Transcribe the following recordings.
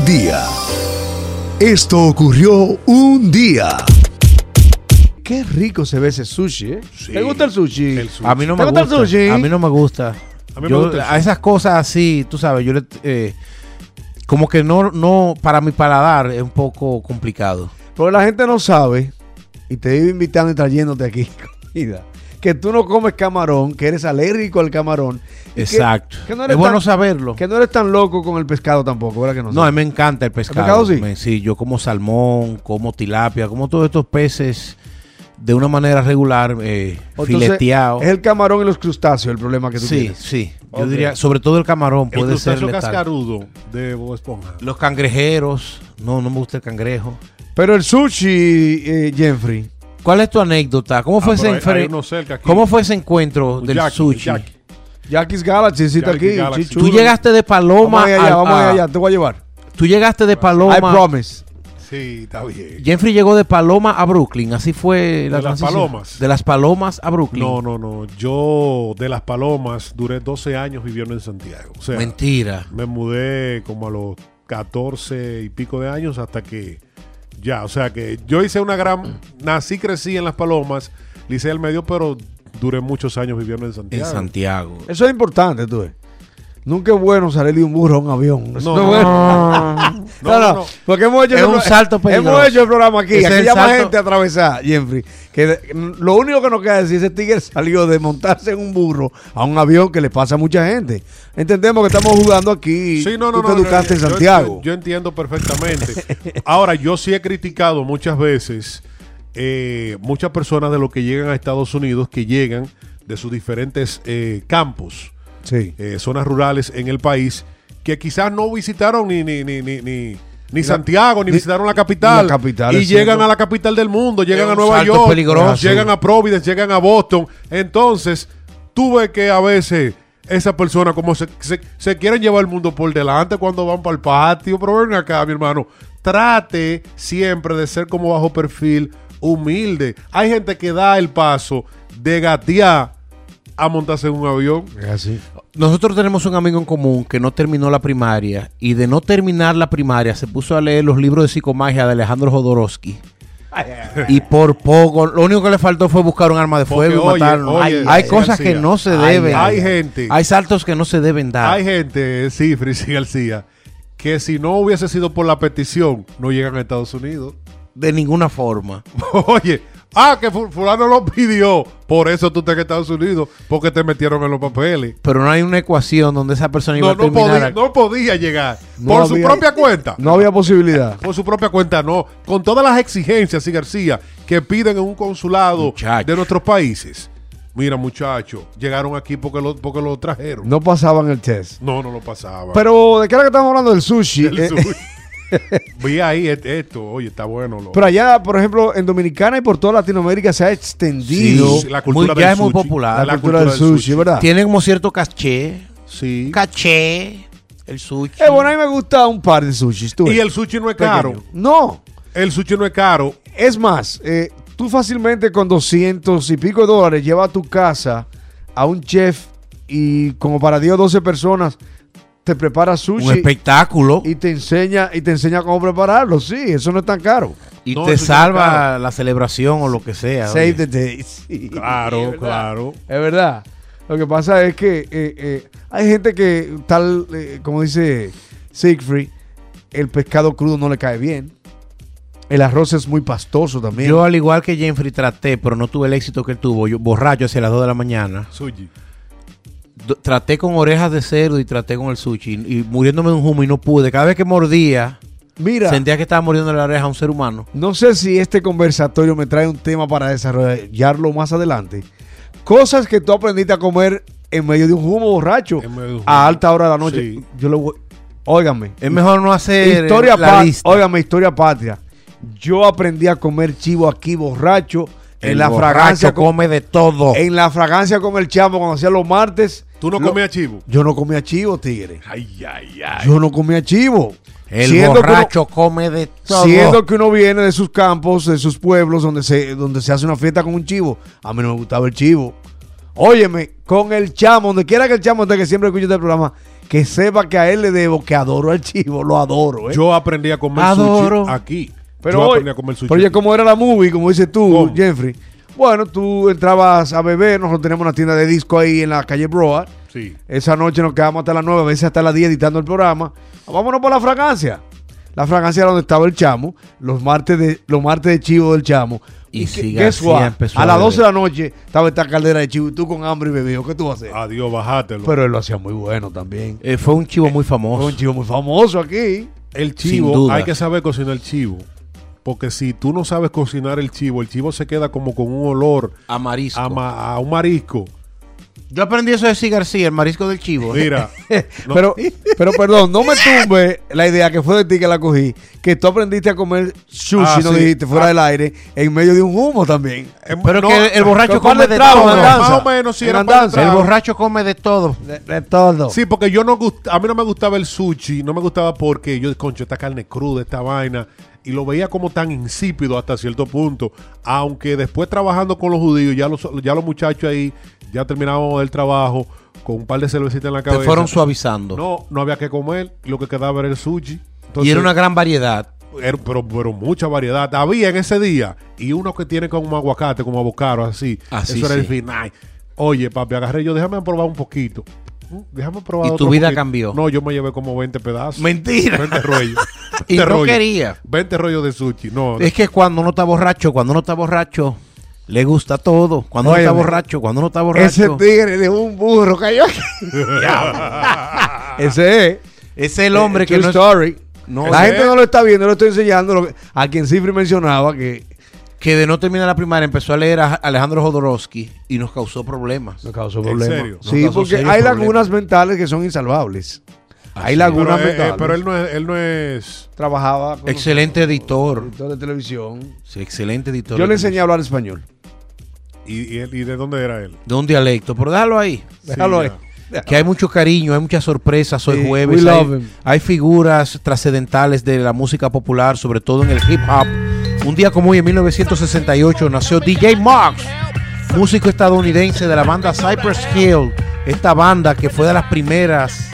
día. Esto ocurrió un día. Qué rico se ve ese sushi, ¿eh? Sí. ¿Te gusta el sushi? El A mí no me ¿Te gusta gusta. el sushi? A mí no me gusta. A mí me Yo, gusta el a sushi. esas cosas así, tú sabes, yo le, como que no, para mi paladar es un poco complicado. Porque la gente no sabe, y te iba invitando y trayéndote aquí comida, que tú no comes camarón, que eres alérgico al camarón. y Exacto. que no eres es bueno tan- saberlo. Que no eres tan loco con el pescado tampoco, ¿verdad que no? No, a mí me encanta el pescado. pescado sí? Sí, yo como salmón, como tilapia, como todos estos peces de una manera regular, Entonces, fileteado. Es el camarón y los crustáceos el problema que tú Sí, tienes. sí. Yo Ok. diría, sobre todo el camarón El puede ser crustáceo letal. cascarudo de Bob Esponja. Los cangrejeros, no me gusta el cangrejo. Pero el sushi, Jeffrey, ¿Cuál es tu anécdota? ¿Cómo fue ese Pero hay uno cerca aquí. ¿Cómo fue ese encuentro del Jackie, sushi? Jackie. Jackie's Galaxy, sí está Jackie aquí. Galaxy. chichulo. Tú llegaste de Paloma. Vamos allá, vamos allá, te voy a llevar. Tú llegaste de Paloma. I promise. Sí, está bien. Jeffrey llegó de Paloma a Brooklyn. Así fue la ¿De las transición. Palomas? De las Palomas a Brooklyn. No. Yo de Las Palomas duré 12 años viviendo en Santiago. O sea, Mentira. me mudé como a los 14 y pico de años hasta que ya, o sea que yo hice una gran, nací, crecí en Las Palomas, liceo al medio, pero duré muchos años viviendo en En Santiago. Santiago. Eso es importante, tú ves. Nunca es bueno salir de un burro a un avión. Eso No, es bueno. No. Porque hemos hecho Es un salto peligroso. Hemos hecho el programa aquí. Ese es Aquí el llama salto. gente a atravesar, Jeffrey. Lo único que nos queda decir, ese tigre salió de montarse en un burro a un avión que le pasa a mucha gente. Entendemos que estamos jugando aquí. Sí, no, Tú te educaste en yo- Santiago. Yo entiendo perfectamente. Ahora, yo sí he criticado muchas veces muchas personas de los que llegan a Estados Unidos, que llegan de sus diferentes campos, Sí. zonas rurales en el país, que quizás no visitaron ni Santiago, ni visitaron la capital. la capital, y es llegan cierto. a la capital del mundo, llegan Es a un Nueva salto York, peligroso. llegan a Providence, llegan a Boston. Entonces, tú ves que a veces esas personas como se quieren llevar el mundo por delante cuando van para el patio. Pero ven acá, mi hermano, trate siempre de ser como bajo perfil, humilde. Hay gente que da el paso de gatear a montarse en un avión. Es así. Nosotros tenemos un amigo en común que no terminó la primaria y de no terminar la primaria se puso a leer los libros de psicomagia de Alejandro Jodorowsky. Y por poco, lo único que le faltó fue buscar un arma de Porque, fuego y oye, matarlo. oye, Hay García, cosas que no se deben. hay gente. Hay saltos que no se deben dar. Hay gente, sí, Frisy García, que si no hubiese sido por la petición, no llegan a Estados Unidos. De ninguna forma. Oye, que fulano lo pidió, por eso tú estás en Estados Unidos, porque te metieron en los papeles. Pero no hay una ecuación donde esa persona iba a terminar. No podía llegar. No por su había- propia cuenta. No había posibilidad. Por su propia cuenta, no. Con todas las exigencias, sí, García, que piden en un consulado Muchacho. de nuestros países. Mira, muchachos, llegaron aquí porque lo trajeron. No pasaban el test. No lo pasaba. Pero, ¿de qué era que estamos hablando? Del sushi. Del sushi. Vi ahí esto, oye, está bueno. Pero allá, por ejemplo, en Dominicana y por toda Latinoamérica se ha extendido Sí, la cultura ya del es muy sushi. popular. la cultura del sushi, ¿verdad? Tiene como cierto caché. Sí. Caché. El sushi. Bueno, a mí me gusta un par de sushis. tú Y ves. el sushi no es caro. Pequeño. No. El sushi no es caro. Es más, tú fácilmente con 200 y pico de dólares llevas a tu casa a un chef y como para 10 o 12 personas te prepara sushi Un espectáculo. y te enseña cómo prepararlo. Sí, eso no es tan caro. Y No, te eso ya salva es caro. la celebración o lo que sea. Save oye. the day. Sí, Claro, es verdad. claro. Es verdad. Lo que pasa es que hay gente que tal, como dice Siegfried, el pescado crudo no le cae bien. El arroz es muy pastoso también. Yo, al igual que Jeffrey, traté, pero no tuve el éxito que él tuvo. Yo, borracho hacia las 2 de la mañana. Sushi. Traté con orejas de cerdo y traté con el sushi. Y muriéndome de un humo y no pude. Cada vez que mordía, Mira, sentía que estaba mordiendo la oreja a un ser humano. no sé si este conversatorio me trae un tema para desarrollarlo más adelante. Cosas que tú aprendiste a comer en medio de un humo borracho En medio de un a humo. alta hora de la noche. Sí. Yo lo voy. Óigame. Es mejor no hacer Historia la lista. Óigame, historia patria. Yo aprendí a comer chivo aquí borracho. En El la borracho fragancia come de todo. en la fragancia con el chamo cuando hacía los martes. ¿Tú no lo- comías chivo? Yo no comía chivo, tigre. Ay, ay, ay. Yo no comía chivo. El Siendo que uno- borracho come de todo. Siendo que uno viene de sus campos, de sus pueblos, donde se hace una fiesta con un chivo. A mí no me gustaba el chivo. Óyeme, con el chamo, donde quiera que el chamo esté, que siempre escucho este programa, que sepa que a él le debo, que adoro al Chivo, lo adoro, Yo aprendí a comer Adoro. sushi aquí. Pero yo hoy, aprendí a comer sushi. pero oye, ¿cómo era la movie? Como dices tú, ¿Cómo? Jeffrey. Bueno, tú entrabas a beber, nosotros teníamos una tienda de disco ahí en la calle Broad. Sí. Esa noche nos quedamos hasta las 9, a veces hasta las 10 editando el programa. Vámonos por la fragancia. La fragancia era donde estaba el chamo, los martes de chivo del chamo. Y si guess García what? empezó A las beber. 12 de la noche estaba esta caldera de chivo y tú con hambre y bebido. ¿Qué tú vas a hacer? Adiós, bajátelo. Pero él lo hacía muy bueno también. Fue un chivo muy famoso. Fue un chivo muy famoso aquí. El Sin chivo, duda. hay que saber cocinar el chivo. Porque si tú no sabes cocinar el chivo se queda como con un olor A marisco. a un marisco. Yo aprendí eso de C. García, el marisco del chivo. Mira. no- Pero perdón, no me tumbe la idea que fue de ti que la cogí, que tú aprendiste a comer sushi, no sí. dijiste, fuera del aire, en medio de un humo también. Pero no, que el borracho con par come de de tragos, todo. ¿verdad? más o menos, sí, En era andanza. para El trago. borracho come de todo. De todo. Sí, porque a mí no me gustaba el sushi, no me gustaba porque yo, concho, esta carne cruda, esta vaina, y lo veía como tan insípido hasta cierto punto, aunque después trabajando con los judíos, ya los muchachos ahí, ya terminábamos el trabajo, con un par de cervecitas en la Te cabeza. fueron suavizando. No había que comer, lo que quedaba era el sushi. Entonces, Y era una gran variedad. pero mucha variedad. Había en ese día, y uno que tiene como aguacate, como avocado, así. Así, Eso era el sí. final. Oye, papi, agarré yo, déjame probar un poquito. Déjame probar Y tu otro vida poquito. cambió. No, yo me llevé como 20 pedazos. Mentira. 20 rollos. Y 20 no rollos. quería. 20 rollos de sushi. No, Es que cuando uno está borracho, le gusta todo. Cuando uno Óyeme, está borracho, Ese tigre de un burro cayó aquí. Ese es. es el hombre que True no es... story. No, La ese gente es. no lo está viendo, lo estoy enseñando a quien Cifri mencionaba que Que de no terminar la primaria empezó a leer a Alejandro Jodorowsky y nos causó problemas. nos causó ¿En problemas. serio? Sí, Nos causó porque serios hay problemas. lagunas mentales que son insalvables. Hay sí. lagunas pero, mentales. pero él no es. Trabajaba con Excelente editor. editor de televisión. Sí, excelente editor. Yo le enseñé a hablar español. ¿Y de dónde era él? De un dialecto, pero déjalo ahí. Déjalo Sí, ahí. Que hay mucho cariño, hay muchas sorpresas hoy Sí, jueves. we love him. Hay figuras trascendentales de la música popular, sobre todo en el hip hop. Un día como hoy, en 1968, nació DJ Mox, músico estadounidense de la banda Cypress Hill. Esta banda que fue de las primeras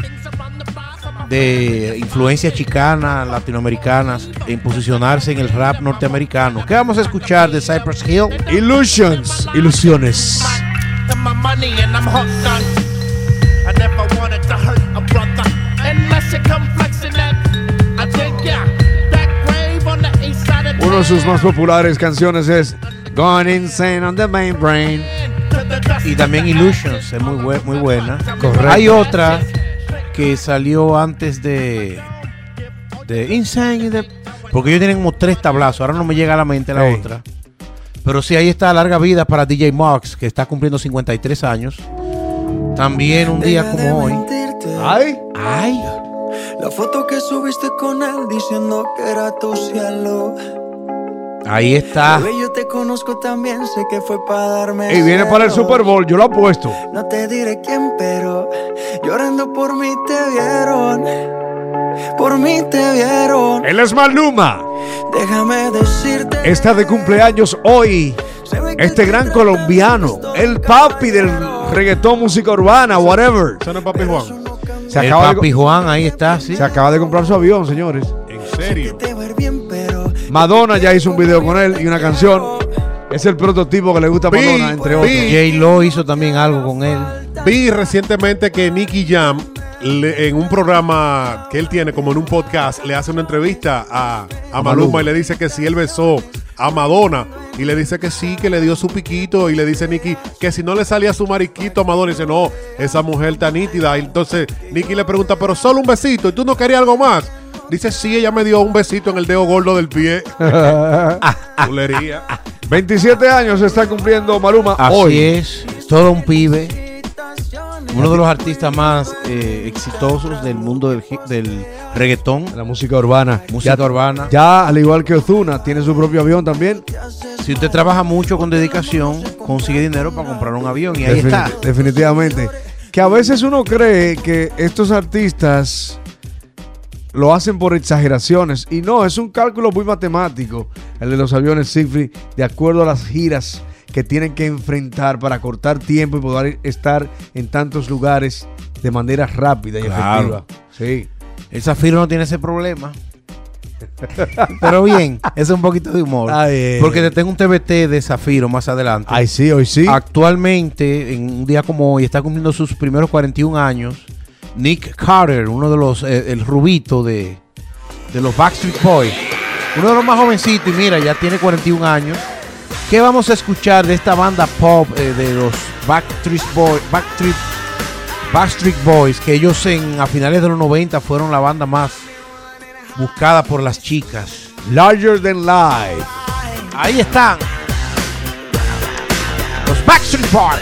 de influencia chicana, latinoamericanas, en posicionarse en el rap norteamericano. ¿Qué vamos a escuchar de Cypress Hill? Illusions. Ilusiones. And my money and I'm hooked on. I never wanted to hurt a brother unless it come flexing that. I think yeah, that grave on the east side of Una de sus más populares canciones es Gone Insane on the Main Brain. Y también Illusions, es muy buena. Correcto. Hay otra que salió antes de Insane, porque ellos tienen como 3 tablazos. Ahora no me llega a la mente la Ey. otra. Pero sí, ahí está Larga Vida para DJ Mox, que está cumpliendo 53 años. También un día como hoy. Ay. Ay, La foto que subiste con él diciendo que era tu cielo. ahí está. Bebé, yo te conozco también, sé que fue para darme. Y viene para el celos. Super Bowl, yo lo apuesto. No te diré quién, pero llorando por mí te vieron. Por mí te vieron. Él es Maluma. Déjame decirte. Está de cumpleaños hoy. se ve que Este te gran traes colombiano. esto. El papi del reggaetón, música urbana, whatever. ¿Ese no es Papi Juan? Se El acaba, Papi de, Juan, ahí está, sí. se acaba de comprar su avión, señores. ¿En Que serio? te va a ir bien, pero Madonna ya hizo un video con él y una canción. Es el prototipo que le gusta a Madonna, entre otros. J-Lo hizo también algo con él. Vi recientemente que Nicky Jam, en un programa que él tiene, como en un podcast, le hace una entrevista a Maluma y le dice que si él besó a Madonna y le dice que sí, que le dio su piquito y le dice Nicky que si no le salía su mariquito a Madonna y dice no, esa mujer está nítida. Y entonces Nicky le pregunta, pero solo un besito y tú no querías algo más. Dice sí, ella me dio un besito en el dedo gordo del pie. Chulería. 27 años está cumpliendo Maluma Así hoy. es, todo un pibe. Uno de los artistas más exitosos del mundo del reggaetón, La música urbana. música Ya- urbana. Ya, al igual que Ozuna, tiene su propio avión también. Si usted trabaja mucho con dedicación, consigue dinero para comprar un avión y ahí está. Definitivamente. Que a veces uno cree que estos artistas lo hacen por exageraciones. Y no, es un cálculo muy matemático. El de los aviones Siegfried, de acuerdo a las giras que tienen que enfrentar para cortar tiempo y poder estar en tantos lugares de manera rápida y efectiva. Sí. El Zafiro no tiene ese problema. Pero bien, es un poquito de humor. Porque te tengo un TBT de Zafiro más adelante. Ay, sí, hoy sí. Actualmente, en un día como hoy, está cumpliendo sus primeros 41 años. Nick Carter, uno de los, el rubito de los Backstreet Boys. Uno de los más jovencitos, y mira, ya tiene 41 años. ¿Qué vamos a escuchar de esta banda pop de los Backstreet Boys? Que ellos a finales de los 90 fueron la banda más buscada por las chicas. Larger Than Life. Ahí están los Backstreet Boys.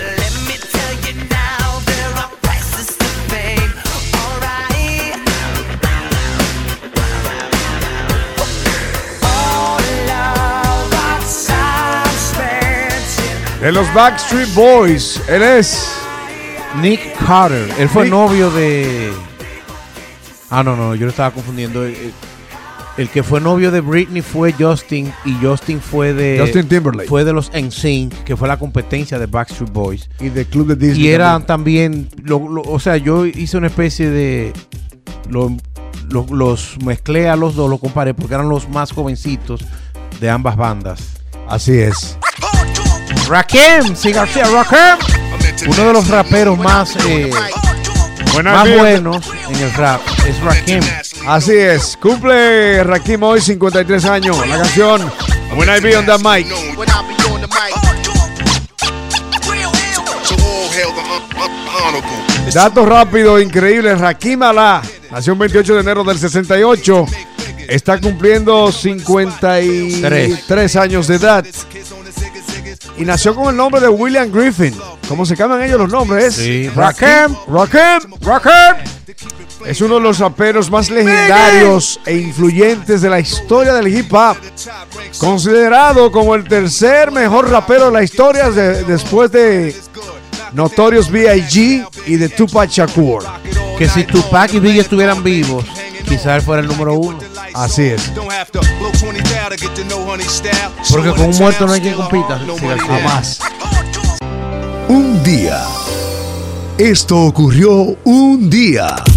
De los Backstreet Boys, él es Nick Carter. Él fue novio de... no, yo lo estaba confundiendo. El que fue novio de Britney fue Justin, y Justin fue de... Justin Timberlake. Fue de los NSYNC, que fue la competencia de Backstreet Boys. Y del club de Disney. Y eran también... o sea, yo hice una especie de... Los mezclé a los dos, los comparé, porque eran los más jovencitos de ambas bandas. Así es. Rakim, sí, García, Rakim. Uno de los raperos más buenos en el rap es Rakim. Así es, cumple Rakim hoy 53 años. La canción When I Be on That Mic. Dato rápido, increíble. Rakim Alá nació el 28 de enero del 68. Está cumpliendo 53 años de edad. Y nació con el nombre de William Griffin. ¿Cómo se cambian ellos los nombres? Sí, Rakim. Es uno de los raperos más legendarios e influyentes de la historia del hip hop. Considerado como el tercer mejor rapero de la historia después de Notorious B.I.G. y de Tupac Shakur. Que si Tupac y Biggie estuvieran vivos, quizás él fuera el número 1. Así es. Porque con un muerto no hay quien compita. Jamás. Un día. Esto ocurrió un día.